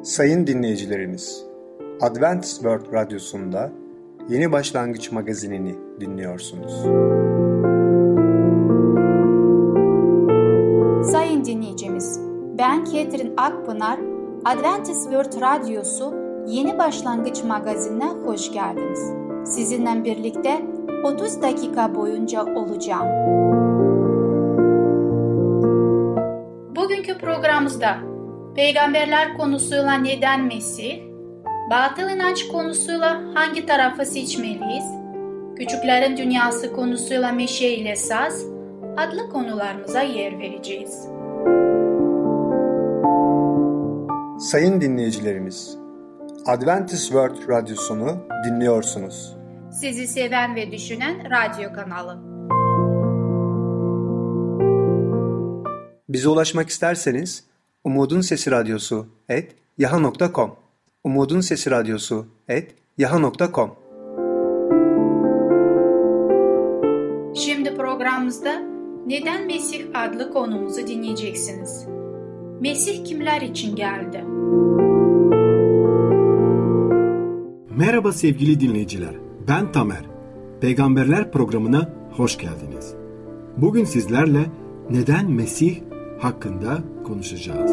Sayın dinleyicilerimiz, Adventist World Radyosu'nda Yeni Başlangıç Magazinini dinliyorsunuz. Sayın dinleyicimiz, ben Ketrin Akpınar, Adventist World Radyosu Yeni Başlangıç Magazinine hoş geldiniz. Sizinle birlikte 30 dakika boyunca olacağım. Bugünkü programımızda Peygamberler konusuyla neden Mesih, batıl inanç konusuyla hangi tarafı seçmeliyiz, küçüklerin dünyası konusuyla meşe ile saz adlı konularımıza yer vereceğiz. Sayın dinleyicilerimiz, Adventist World Radyosunu dinliyorsunuz. Sizi seven ve düşünen radyo kanalı. Bize ulaşmak isterseniz umudunsesiradyosu@yahoo.com umudunsesiradyosu@yahoo.com. Şimdi programımızda Neden Mesih adlı konumuzu dinleyeceksiniz. Mesih kimler için geldi? Merhaba sevgili dinleyiciler, ben Tamer. Peygamberler programına hoş geldiniz. Bugün sizlerle neden Mesih hakkında konuşacağız.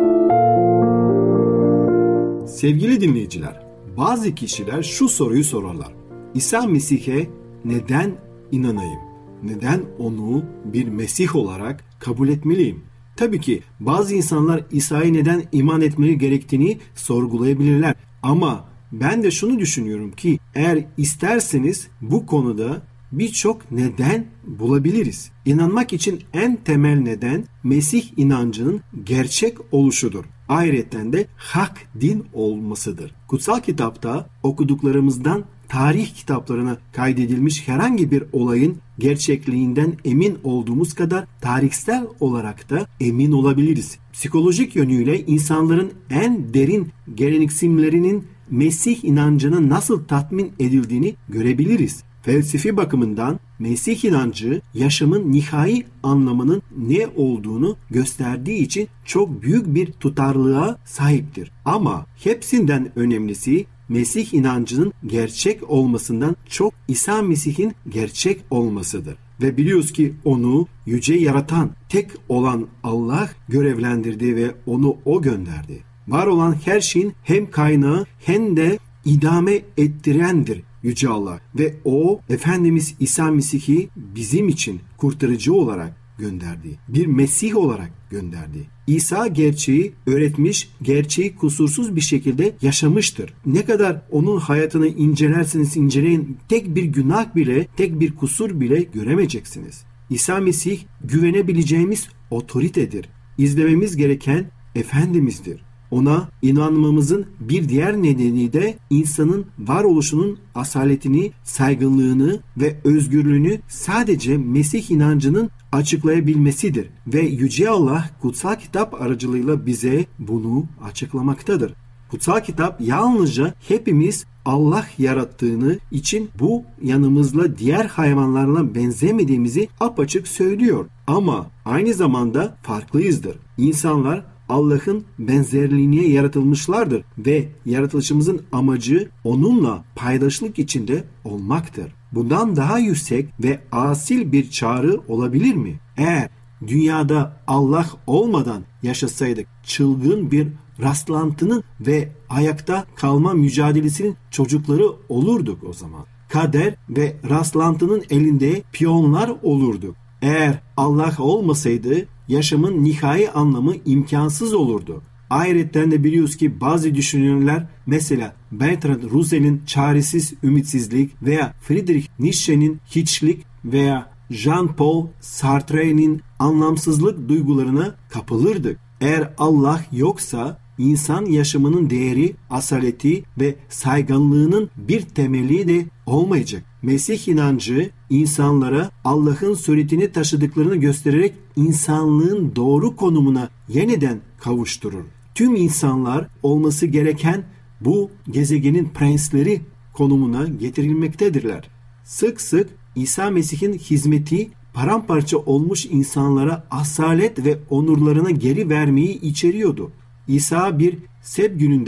Sevgili dinleyiciler, bazı kişiler şu soruyu sorarlar. İsa Mesih'e neden inanayım? Neden onu bir Mesih olarak kabul etmeliyim? Tabii ki bazı insanlar İsa'ya neden iman etmeleri gerektiğini sorgulayabilirler. Ama ben de şunu düşünüyorum ki eğer isterseniz bu konuda birçok neden bulabiliriz. İnanmak için en temel neden Mesih inancının gerçek oluşudur. Ayrıca de hak din olmasıdır. Kutsal kitapta okuduklarımızdan tarih kitaplarına kaydedilmiş herhangi bir olayın gerçekliğinden emin olduğumuz kadar tarihsel olarak da emin olabiliriz. Psikolojik yönüyle insanların en derin gereksinimlerinin Mesih inancına nasıl tatmin edildiğini görebiliriz. Felsefi bakımından Mesih inancı yaşamın nihai anlamının ne olduğunu gösterdiği için çok büyük bir tutarlılığa sahiptir. Ama hepsinden önemlisi Mesih inancının gerçek olmasından çok İsa Mesih'in gerçek olmasıdır. Ve biliyoruz ki onu yüce yaratan tek olan Allah görevlendirdi ve onu o gönderdi. Var olan her şeyin hem kaynağı hem de idame ettirendir Yüce Allah ve o Efendimiz İsa Mesih'i bizim için kurtarıcı olarak gönderdi. Bir Mesih olarak gönderdi. İsa gerçeği öğretmiş, gerçeği kusursuz bir şekilde yaşamıştır. Ne kadar onun hayatını incelerseniz inceleyin tek bir günah bile, tek bir kusur bile göremeyeceksiniz. İsa Mesih güvenebileceğimiz otoritedir. İzlememiz gereken Efendimiz'dir. Ona inanmamızın bir diğer nedeni de insanın varoluşunun asaletini, saygınlığını ve özgürlüğünü sadece Mesih inancının açıklayabilmesidir. Ve Yüce Allah kutsal kitap aracılığıyla bize bunu açıklamaktadır. Kutsal kitap yalnızca hepimiz Allah yarattığını için bu yanımızla diğer hayvanlarla benzemediğimizi apaçık söylüyor. Ama aynı zamanda farklıyızdır. İnsanlar Allah'ın benzerliğine yaratılmışlardır ve yaratılışımızın amacı onunla paydaşlık içinde olmaktır. Bundan daha yüksek ve asil bir çağrı olabilir mi? Eğer dünyada Allah olmadan yaşasaydık çılgın bir rastlantının ve ayakta kalma mücadelesinin çocukları olurduk o zaman. Kader ve rastlantının elinde piyonlar olurduk. Eğer Allah olmasaydı yaşamın nihai anlamı imkansız olurdu. Ayrıca de biliyoruz ki bazı düşünürler mesela Bertrand Russell'in çaresiz ümitsizlik veya Friedrich Nietzsche'nin hiçlik veya Jean-Paul Sartre'nin anlamsızlık duygularına kapılırdık. Eğer Allah yoksa insan yaşamının değeri, asaleti ve saygınlığının bir temeli de olmayacak. Mesih inancı insanlara Allah'ın suretini taşıdıklarını göstererek insanlığın doğru konumuna yeniden kavuşturur. Tüm insanlar olması gereken bu gezegenin prensleri konumuna getirilmektedirler. Sık sık İsa Mesih'in hizmeti paramparça olmuş insanlara asalet ve onurlarına geri vermeyi içeriyordu. İsa bir Seb gününde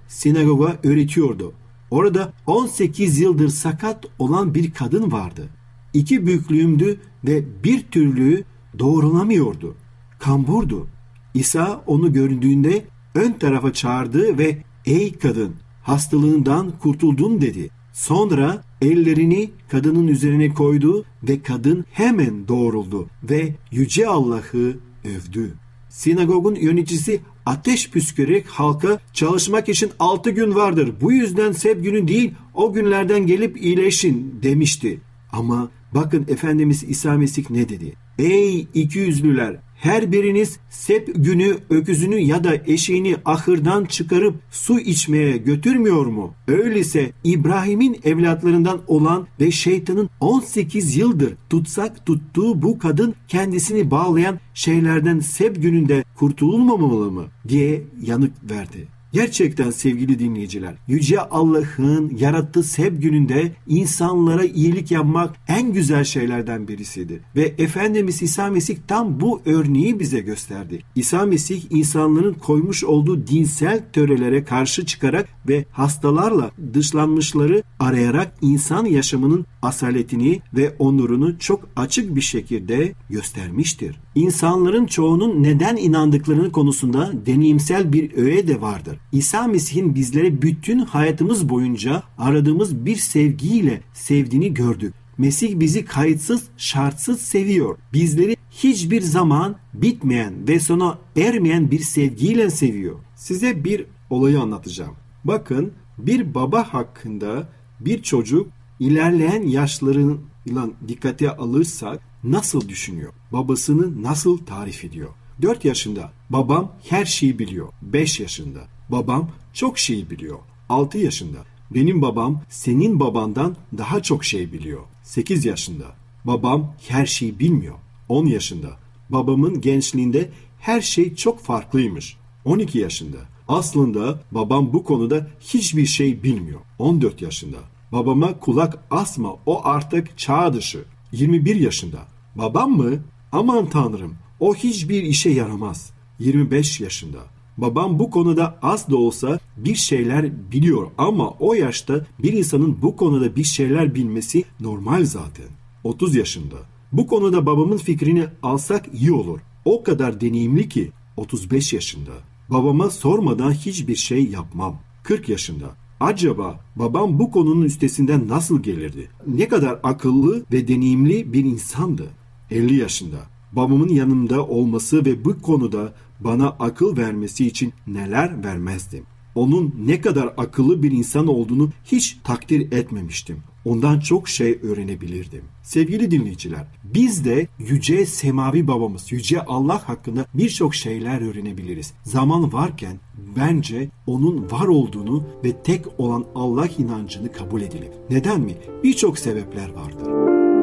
sinagoga öğretiyordu. Orada 18 yıldır sakat olan bir kadın vardı. 2 büklümdü ve bir türlü doğrulamıyordu. Kamburdu. İsa onu gördüğünde ön tarafa çağırdı ve "Ey kadın, hastalığından kurtuldun" dedi. Sonra ellerini kadının üzerine koydu ve kadın hemen doğruldu ve Yüce Allah'ı övdü. Sinagogun yöneticisi ateş püskürerek halka "Çalışmak için 6 gün vardır. Bu yüzden Seb günü değil, o günlerden gelip iyileşin" demişti. Ama bakın Efendimiz İsa Mesih ne dedi? "Ey ikiyüzlüler! Her biriniz Seb günü öküzünü ya da eşeğini ahırdan çıkarıp su içmeye götürmüyor mu? Öyleyse İbrahim'in evlatlarından olan ve şeytanın 18 yıldır tutsak tuttuğu bu kadın kendisini bağlayan şeylerden Seb gününde kurtulmamalı mı?" diye yanıt verdi. Gerçekten sevgili dinleyiciler, Yüce Allah'ın yarattığı Seb gününde insanlara iyilik yapmak en güzel şeylerden birisidir. Ve Efendimiz İsa Mesih tam bu örneği bize gösterdi. İsa Mesih insanların koymuş olduğu dinsel törelere karşı çıkarak ve hastalarla dışlanmışları arayarak insan yaşamının asaletini ve onurunu çok açık bir şekilde göstermiştir. İnsanların çoğunun neden inandıklarının konusunda deneyimsel bir öğe de vardır. İsa Mesih'in bizlere bütün hayatımız boyunca aradığımız bir sevgiyle sevdiğini gördük. Mesih bizi kayıtsız, şartsız seviyor. Bizleri hiçbir zaman bitmeyen ve sona ermeyen bir sevgiyle seviyor. Size bir olayı anlatacağım. Bakın, bir baba hakkında bir çocuk ilerleyen yaşlarıyla dikkate alırsak nasıl düşünüyor? Babasını nasıl tarif ediyor? 4 yaşında babam her şeyi biliyor. 5 yaşında babam çok şey biliyor. 6 yaşında benim babam senin babandan daha çok şey biliyor. 8 yaşında babam her şeyi bilmiyor. 10 yaşında babamın gençliğinde her şey çok farklıymış. 12 yaşında aslında babam bu konuda hiçbir şey bilmiyor. 14 yaşında babama kulak asma, o artık çağ dışı. 21 yaşında babam mı? Aman tanrım, o hiçbir işe yaramaz. 25 yaşında babam bu konuda az da olsa bir şeyler biliyor ama o yaşta bir insanın bu konuda bir şeyler bilmesi normal zaten. 30 yaşında bu konuda babamın fikrini alsak iyi olur. O kadar deneyimli ki. 35 yaşında babama sormadan hiçbir şey yapmam. 40 yaşında acaba babam bu konunun üstesinden nasıl gelirdi? Ne kadar akıllı ve deneyimli bir insandı. 50 yaşında babamın yanımda olması ve bu konuda bana akıl vermesi için neler vermezdim. Onun ne kadar akıllı bir insan olduğunu hiç takdir etmemiştim. Ondan çok şey öğrenebilirdim. Sevgili dinleyiciler, biz de yüce semavi babamız, yüce Allah hakkında birçok şeyler öğrenebiliriz. Zaman varken bence onun var olduğunu ve tek olan Allah inancını kabul edelim. Neden mi? Birçok sebepler vardır.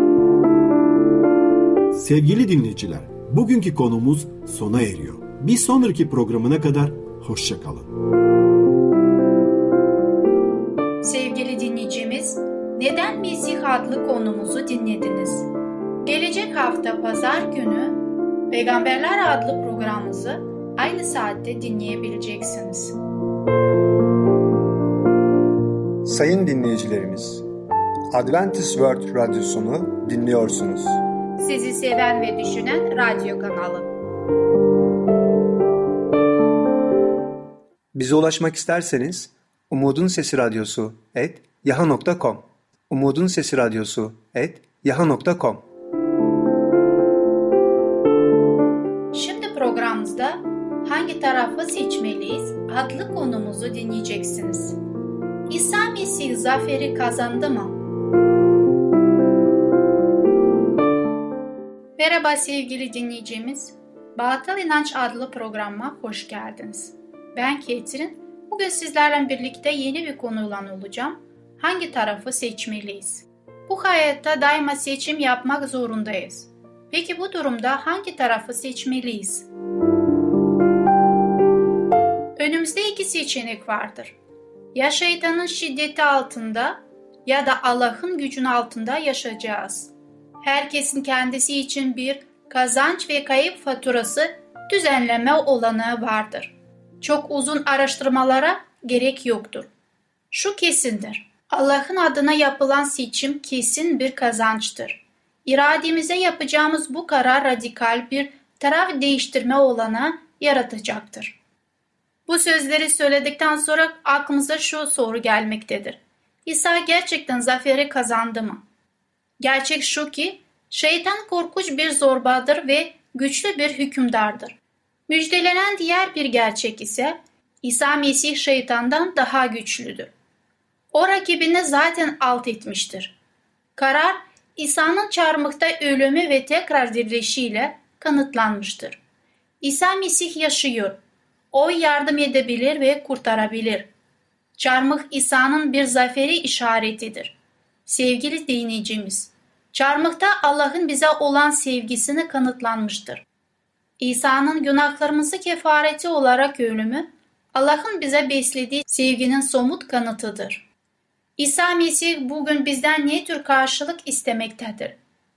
Sevgili dinleyiciler, bugünkü konumuz sona eriyor. Bir sonraki programına kadar hoşça kalın. Sevgili dinleyicimiz, Neden Mesih adlı konumuzu dinlediniz. Gelecek hafta Pazar günü Peygamberler adlı programımızı aynı saatte dinleyebileceksiniz. Sayın dinleyicilerimiz, Adventist World Radyosunu dinliyorsunuz. Sizi seven ve düşünen radyo kanalı. Bize ulaşmak isterseniz umudunsesiradyosu@yahoo.com umudunsesiradyosu@yahoo.com. Şimdi programımızda Hangi Tarafı Seçmeliyiz adlı konumuzu dinleyeceksiniz. İsa Mesih zaferi kazandı mı? Merhaba sevgili dinleyicimiz. Batıl İnanç adlı programa hoş geldiniz. Ben Ketrin. Bugün sizlerle birlikte yeni bir konuyla olacağım. Hangi tarafı seçmeliyiz? Bu hayatta daima seçim yapmak zorundayız. Peki bu durumda hangi tarafı seçmeliyiz? Önümüzde 2 seçenek vardır. Ya şeytanın şiddeti altında ya da Allah'ın gücünün altında yaşayacağız. Herkesin kendisi için bir kazanç ve kayıp faturası düzenleme olanağı vardır. Çok uzun araştırmalara gerek yoktur. Şu kesindir. Allah'ın adına yapılan seçim kesin bir kazançtır. İrademize yapacağımız bu karar radikal bir taraf değiştirme olanağı yaratacaktır. Bu sözleri söyledikten sonra aklımıza şu soru gelmektedir. İsa gerçekten zaferi kazandı mı? Gerçek şu ki, şeytan korkunç bir zorbadır ve güçlü bir hükümdardır. Müjdelenen diğer bir gerçek ise, İsa Mesih şeytandan daha güçlüdür. O rakibini zaten alt etmiştir. Karar, İsa'nın çarmıhta ölümü ve tekrar dirilişiyle kanıtlanmıştır. İsa Mesih yaşıyor. O yardım edebilir ve kurtarabilir. Çarmıh İsa'nın bir zaferi işaretidir. Sevgili dinleyicimiz, çarmıhta Allah'ın bize olan sevgisini kanıtlanmıştır. İsa'nın günahlarımızı kefareti olarak ölümü, Allah'ın bize beslediği sevginin somut kanıtıdır. İsa Mesih bugün bizden ne tür karşılık istemektedir?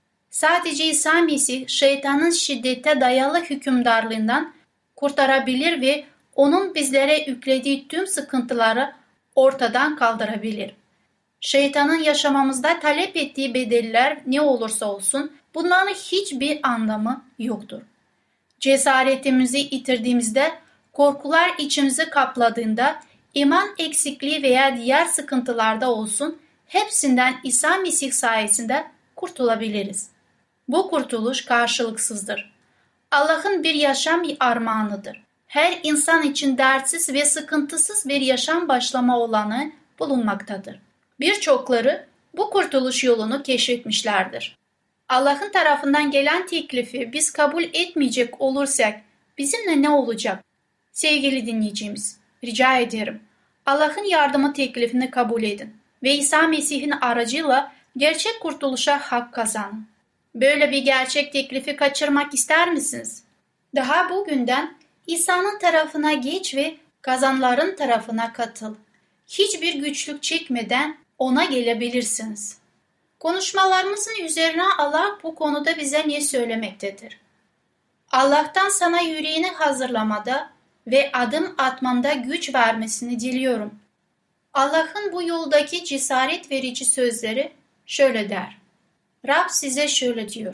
Sadece İsa Mesih şeytanın şiddete dayalı hükümdarlığından kurtarabilir ve onun bizlere yüklediği tüm sıkıntıları ortadan kaldırabilir. Şeytanın yaşamamızda talep ettiği bedeller ne olursa olsun bunların hiçbir anlamı yoktur. Cesaretimizi yitirdiğimizde, korkular içimizi kapladığında, iman eksikliği veya diğer sıkıntılarda olsun hepsinden İsa Mesih sayesinde kurtulabiliriz. Bu kurtuluş karşılıksızdır. Allah'ın bir yaşam armağanıdır. Her insan için dertsiz ve sıkıntısız bir yaşam başlama olanı bulunmaktadır. Birçokları bu kurtuluş yolunu keşfetmişlerdir. Allah'ın tarafından gelen teklifi biz kabul etmeyecek olursak bizimle ne olacak? Sevgili dinleyicimiz, rica ederim. Allah'ın yardımı teklifini kabul edin ve İsa Mesih'in aracıyla gerçek kurtuluşa hak kazanın. Böyle bir gerçek teklifi kaçırmak ister misiniz? Daha bugünden İsa'nın tarafına geç ve kazanların tarafına katıl. Hiçbir güçlük çekmeden ona gelebilirsiniz. Konuşmalarımızın üzerine Allah bu konuda bize ne söylemektedir? Allah'tan sana yüreğini hazırlamada ve adım atmamda güç vermesini diliyorum. Allah'ın bu yoldaki cesaret verici sözleri şöyle der. Rab size şöyle diyor.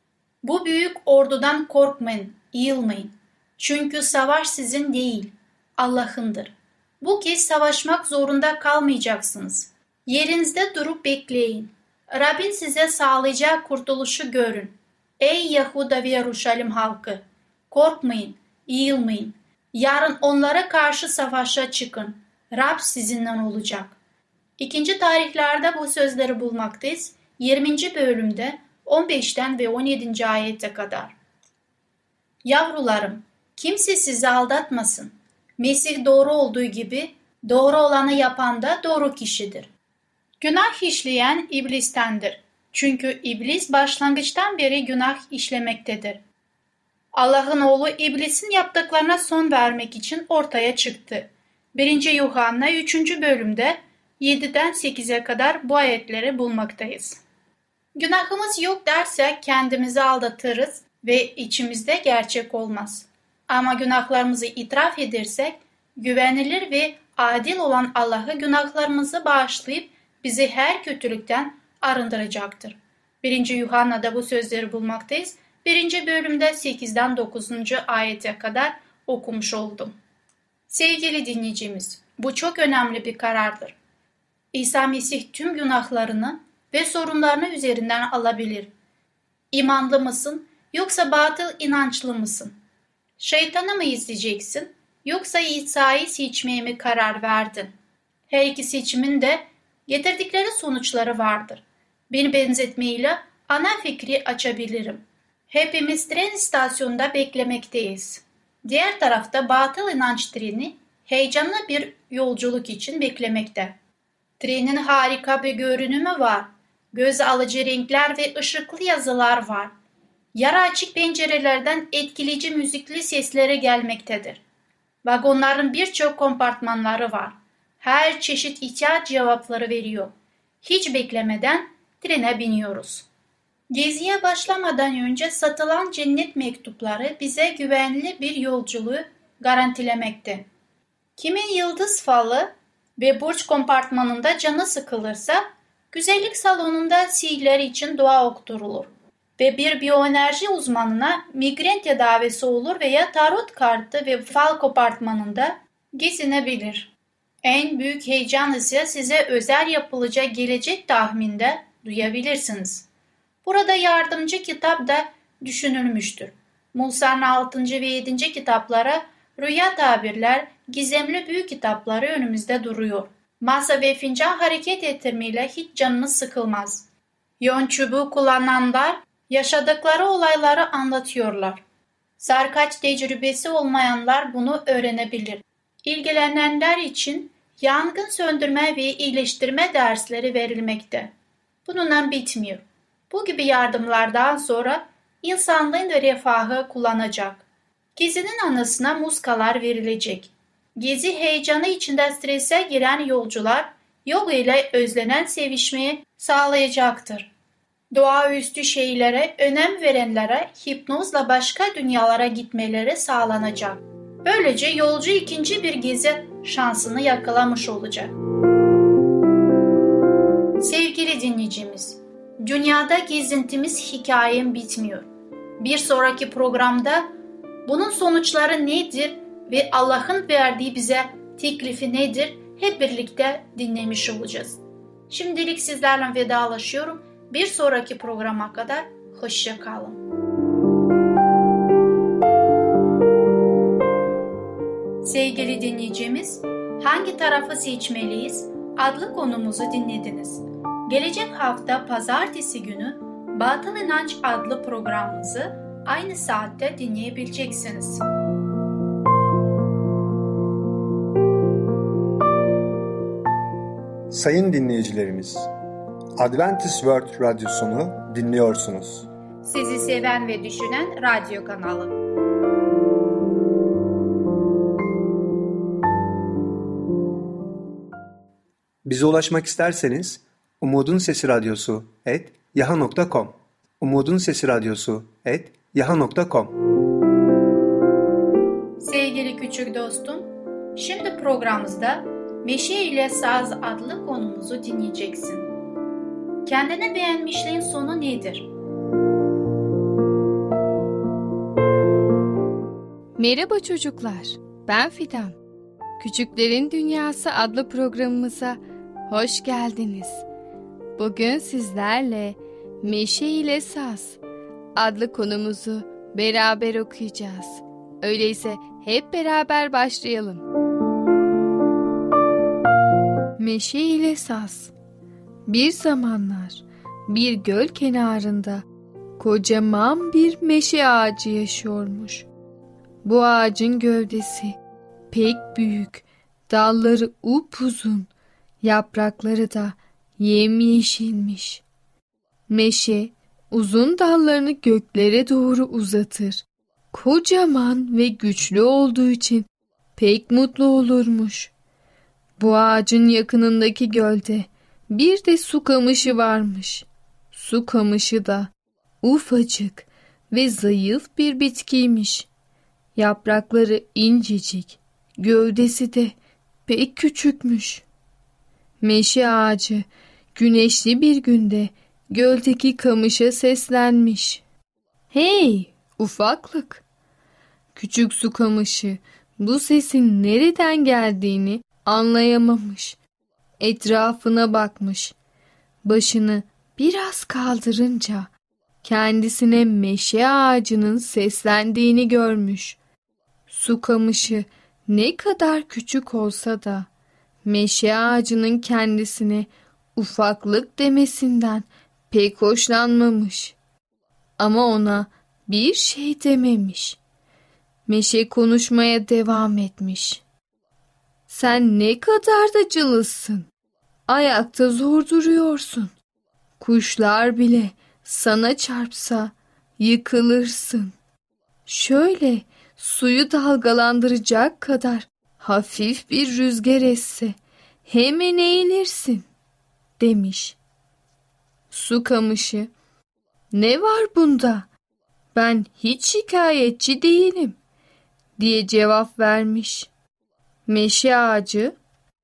Bu büyük ordudan korkmayın, yılmayın. Çünkü savaş sizin değil, Allah'ındır. Bu kez savaşmak zorunda kalmayacaksınız. Yerinizde durup bekleyin. Rabbin size sağlayacağı kurtuluşu görün. Ey Yahuda ve Yeruşalim halkı! Korkmayın, yılmayın. Yarın onlara karşı savaşa çıkın. Rab sizinle olacak. 2. Tarihlerde bu sözleri bulmaktayız. 20. bölümde 15'ten ve 17. ayete kadar. Yavrularım, kimse sizi aldatmasın. Mesih doğru olduğu gibi doğru olanı yapan da doğru kişidir. Günah işleyen iblistendir. Çünkü iblis başlangıçtan beri günah işlemektedir. Allah'ın oğlu iblisin yaptıklarına son vermek için ortaya çıktı. 1. Yuhanna 3. bölümde 7'den 8'e kadar bu ayetleri bulmaktayız. Günahımız yok dersek kendimizi aldatırız ve içimizde gerçek olmaz. Ama günahlarımızı itiraf edersek güvenilir ve adil olan Allah'ı günahlarımızı bağışlayıp bizi her kötülükten arındıracaktır. 1. Yuhanna'da bu sözleri bulmaktayız. 1. bölümde 8'den 9. ayete kadar okumuş oldum. Sevgili dinleyicimiz, bu çok önemli bir karardır. İsa Mesih tüm günahlarını ve sorunlarını üzerinden alabilir. İmanlı mısın yoksa batıl inançlı mısın? Şeytanı mı izleyeceksin yoksa İsa'yı seçmeye mi karar verdin? Her iki seçimin de getirdikleri sonuçları vardır. Bir benzetmeyle ana fikri açabilirim. Hepimiz tren istasyonunda beklemekteyiz. Diğer tarafta batıl inanç treni heyecanlı bir yolculuk için beklemekte. Trenin harika bir görünümü var. Göz alıcı renkler ve ışıklı yazılar var. Yarı açık pencerelerden etkileyici müzikli sesleri gelmektedir. Vagonların birçok kompartmanları var. Her çeşit ihtiyaç cevapları veriyor. Hiç beklemeden trene biniyoruz. Geziye başlamadan önce satılan cennet mektupları bize güvenli bir yolculuğu garantilemekte. Kimin yıldız falı ve burç kompartmanında canı sıkılırsa güzellik salonunda sihirler için dua okutulur ve bir biyoenerji uzmanına migren tedavisi olur veya tarot kartı ve fal kompartmanında gezinebilir. En büyük heyecan ise size özel yapılacak gelecek tahminde duyabilirsiniz. Burada yardımcı kitap da düşünülmüştür. Musa'nın 6. ve 7. kitaplara rüya tabirler, gizemli büyük kitapları önümüzde duruyor. Masa ve fincan hareket ettirmeyle hiç canınız sıkılmaz. Yön çubuğu kullananlar yaşadıkları olayları anlatıyorlar. Sarkaç tecrübesi olmayanlar bunu öğrenebilir. İlgilenenler için yangın söndürme ve iyileştirme dersleri verilmekte. Bununla bitmiyor. Bu gibi yardımlardan sonra insanlığın refahı kullanacak. Gezinin anısına muskalar verilecek. Gezi heyecanı içinde strese giren yolcular yoga ile özlenen sevişmeyi sağlayacaktır. Doğaüstü şeylere önem verenlere hipnozla başka dünyalara gitmeleri sağlanacak. Böylece yolcu ikinci bir gezi şansını yakalamış olacak. Sevgili dinleyicimiz, dünyada gezintimiz hikayem bitmiyor. Bir sonraki programda bunun sonuçları nedir ve Allah'ın verdiği bize teklifi nedir hep birlikte dinlemiş olacağız. Şimdilik sizlerle vedalaşıyorum. Bir sonraki programa kadar hoşça kalın. Sevgili dinleyicimiz, hangi tarafı seçmeliyiz adlı konumuzu dinlediniz. Gelecek hafta pazartesi günü Batıl İnanç adlı programımızı aynı saatte dinleyebileceksiniz. Sayın dinleyicilerimiz, Adventist World Radyosunu dinliyorsunuz. Sizi seven ve düşünen radyo kanalı. Bize ulaşmak isterseniz umudunsesiradyosu@yahoo.com umudunsesiradyosu@yahoo.com. Sevgili küçük dostum, şimdi programımızda Meşe ile Saz adlı konumuzu dinleyeceksin. Kendine beğenmişliğin sonu nedir? Merhaba çocuklar, ben Fidan. Küçüklerin Dünyası adlı programımıza hoş geldiniz. Bugün sizlerle Meşe ile Saz adlı konumuzu beraber okuyacağız. Öyleyse hep beraber başlayalım. Meşe ile Saz. Bir zamanlar bir göl kenarında kocaman bir meşe ağacı yaşıyormuş. Bu ağacın gövdesi pek büyük, dalları upuzun, yaprakları da yemyeşilmiş. Meşe uzun dallarını göklere doğru uzatır. Kocaman ve güçlü olduğu için pek mutlu olurmuş. Bu ağacın yakınındaki gölde bir de su kamışı varmış. Su kamışı da ufacık ve zayıf bir bitkiymiş. Yaprakları incecik, gövdesi de pek küçükmüş. Meşe ağacı güneşli bir günde göldeki kamışa seslenmiş. "Hey ufaklık!" Küçük su kamışı bu sesin nereden geldiğini anlayamamış. Etrafına bakmış. Başını biraz kaldırınca kendisine meşe ağacının seslendiğini görmüş. Su kamışı ne kadar küçük olsa da meşe ağacının kendisine ufaklık demesinden pek hoşlanmamış. Ama ona bir şey dememiş. Meşe konuşmaya devam etmiş. "Sen ne kadar da cılızsın. Ayakta zor duruyorsun. Kuşlar bile sana çarpsa yıkılırsın. Şöyle suyu dalgalandıracak kadar hafif bir rüzgar esse hemen eğilirsin," demiş. Su kamışı, "Ne var bunda? Ben hiç şikayetçi değilim," diye cevap vermiş. Meşe ağacı,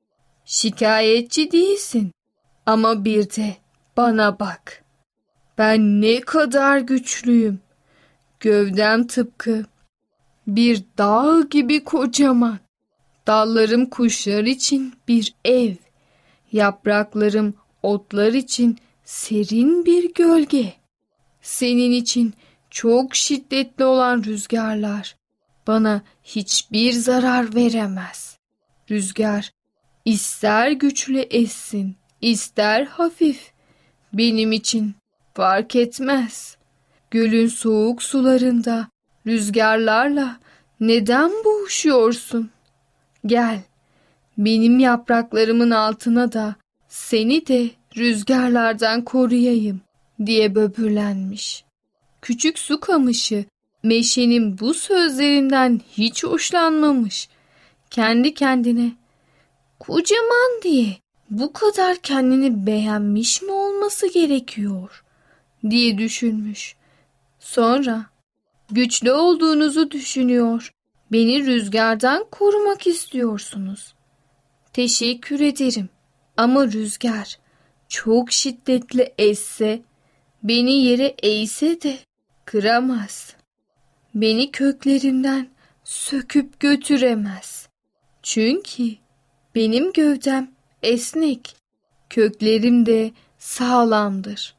şikayetçi değilsin ama bir de bana bak. Ben ne kadar güçlüyüm. Gövdem tıpkı bir dağ gibi kocaman. Dallarım kuşlar için bir ev. Yapraklarım otlar için serin bir gölge. Senin için çok şiddetli olan rüzgarlar bana hiçbir zarar veremez. Rüzgar ister güçlü essin, ister hafif. Benim için fark etmez. Gölün soğuk sularında rüzgarlarla neden boğuşuyorsun? Gel, benim yapraklarımın altına da seni de rüzgarlardan koruyayım diye böbürlenmiş. Küçük su kamışı meşenin bu sözlerinden hiç hoşlanmamış. Kendi kendine, kocaman diye bu kadar kendini beğenmiş mi olması gerekiyor diye düşünmüş. Sonra güçlü olduğunuzu düşünüyor, beni rüzgardan korumak istiyorsunuz. Teşekkür ederim ama rüzgar çok şiddetli esse, beni yere eğse de kıramaz. Beni köklerimden söküp götüremez. Çünkü benim gövdem esnek, köklerim de sağlamdır.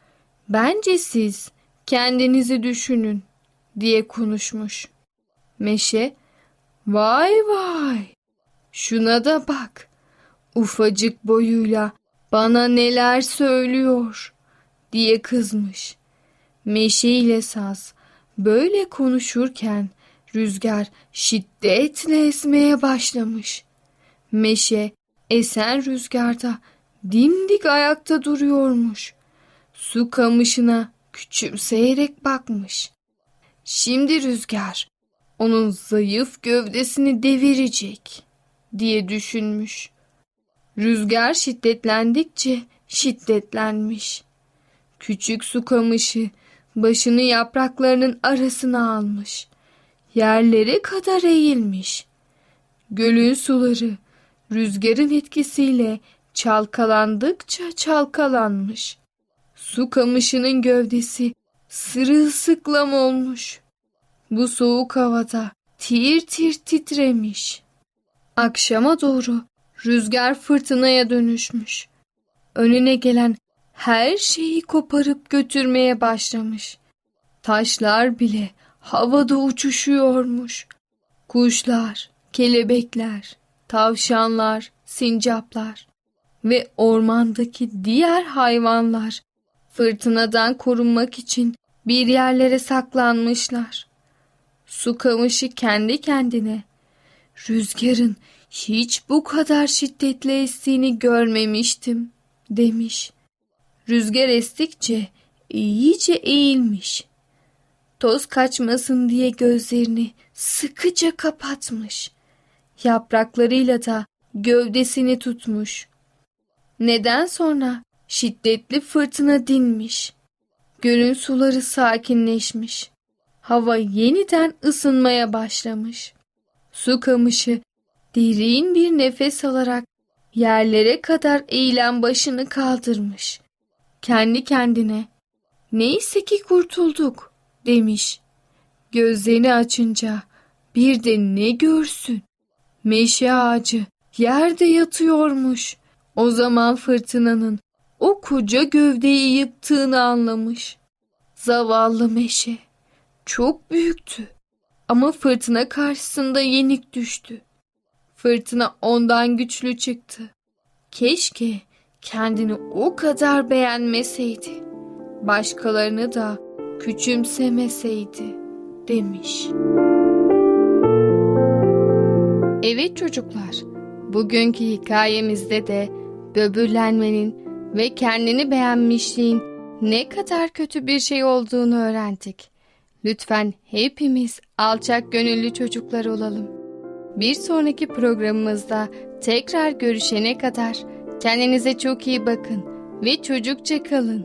Bence siz kendinizi düşünün diye konuşmuş. Meşe, vay vay, şuna da bak, ufacık boyuyla bana neler söylüyor diye kızmış. Meşe ile saz böyle konuşurken rüzgar şiddetle esmeye başlamış. Meşe esen rüzgarda dimdik ayakta duruyormuş. Su kamışına küçümseyerek bakmış. Şimdi rüzgar onun zayıf gövdesini devirecek diye düşünmüş. Rüzgar şiddetlendikçe şiddetlenmiş. Küçük su kamışı başını yapraklarının arasına almış. Yerlere kadar eğilmiş. Gölün suları rüzgarın etkisiyle çalkalandıkça çalkalanmış. Su kamışının gövdesi sırılsıklam olmuş. Bu soğuk havada tir tir titremiş. Akşama doğru rüzgar fırtınaya dönüşmüş. Önüne gelen her şeyi koparıp götürmeye başlamış. Taşlar bile havada uçuşuyormuş. Kuşlar, kelebekler, tavşanlar, sincaplar ve ormandaki diğer hayvanlar fırtınadan korunmak için bir yerlere saklanmışlar. Su kamışı kendi kendine, rüzgarın hiç bu kadar şiddetli estiğini görmemiştim demiş. Rüzgar estikçe iyice eğilmiş. Toz kaçmasın diye gözlerini sıkıca kapatmış. Yapraklarıyla da gövdesini tutmuş. Neden sonra şiddetli fırtına dinmiş. Gölün suları sakinleşmiş. Hava yeniden ısınmaya başlamış. Su kamışı derin bir nefes alarak yerlere kadar eğilen başını kaldırmış. Kendi kendine, neyse ki kurtulduk demiş. Gözlerini açınca bir de ne görsün? Meşe ağacı yerde yatıyormuş. O zaman fırtınanın o koca gövdeyi yıktığını anlamış. Zavallı meşe çok büyüktü ama fırtına karşısında yenik düştü. Fırtına ondan güçlü çıktı. Keşke kendini o kadar beğenmeseydi, başkalarını da küçümsemeseydi demiş. Evet çocuklar, bugünkü hikayemizde de böbürlenmenin ve kendini beğenmişliğin ne kadar kötü bir şey olduğunu öğrendik. Lütfen hepimiz alçak gönüllü çocuklar olalım. Bir sonraki programımızda tekrar görüşene kadar kendinize çok iyi bakın ve çocukça kalın.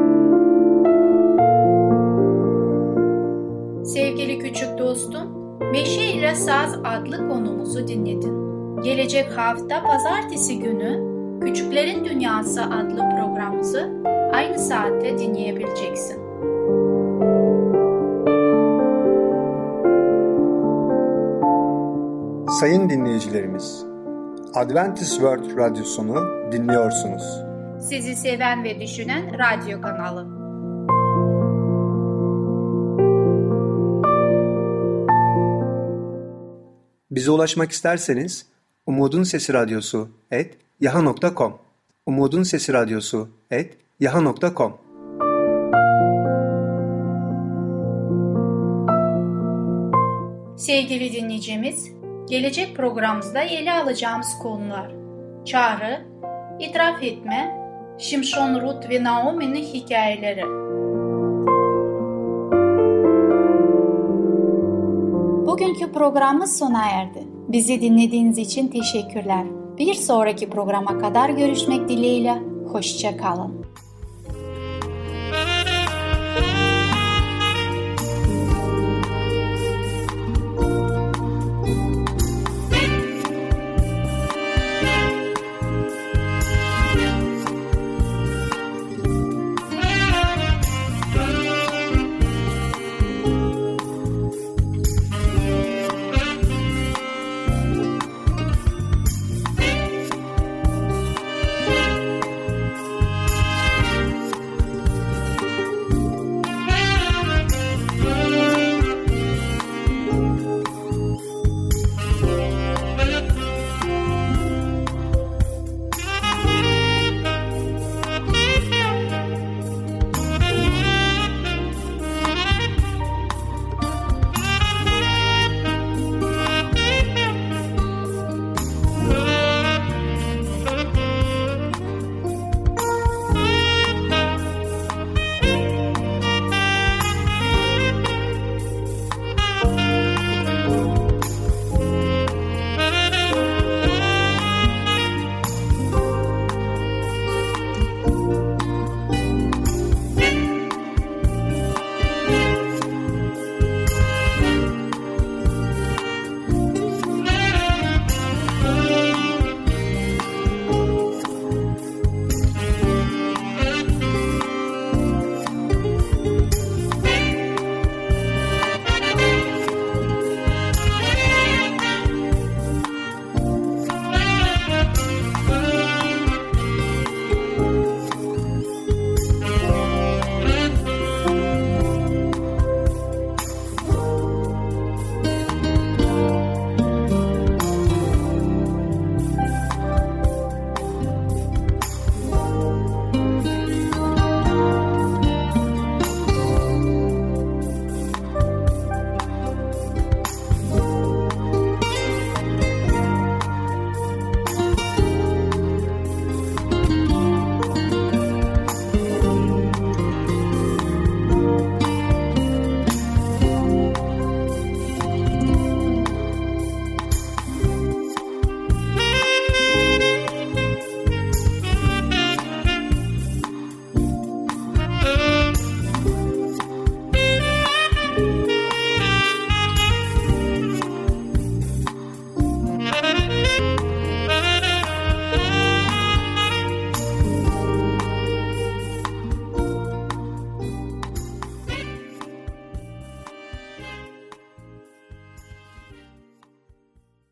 Sevgili küçük dostum, Meşe ile Saz adlı konumuzu dinledin. Gelecek hafta pazartesi günü Küçüklerin Dünyası adlı programımızı aynı saatte dinleyebileceksin. Sayın dinleyicilerimiz, Adventist World Radyosunu dinliyorsunuz. Sizi seven ve düşünen radyo kanalı. Bize ulaşmak isterseniz umudunsesiradyosu@yahoo.com umudunsesiradyosu@yahoo.com. Sevgili dinleyicimiz, gelecek programımızda ele alacağımız konular: çağrı, itiraf etme, Şimşon, Rut ve Naomi'nin hikayeleri. Bugünkü programımız sona erdi. Bizi dinlediğiniz için teşekkürler. Bir sonraki programa kadar görüşmek dileğiyle, hoşça kalın.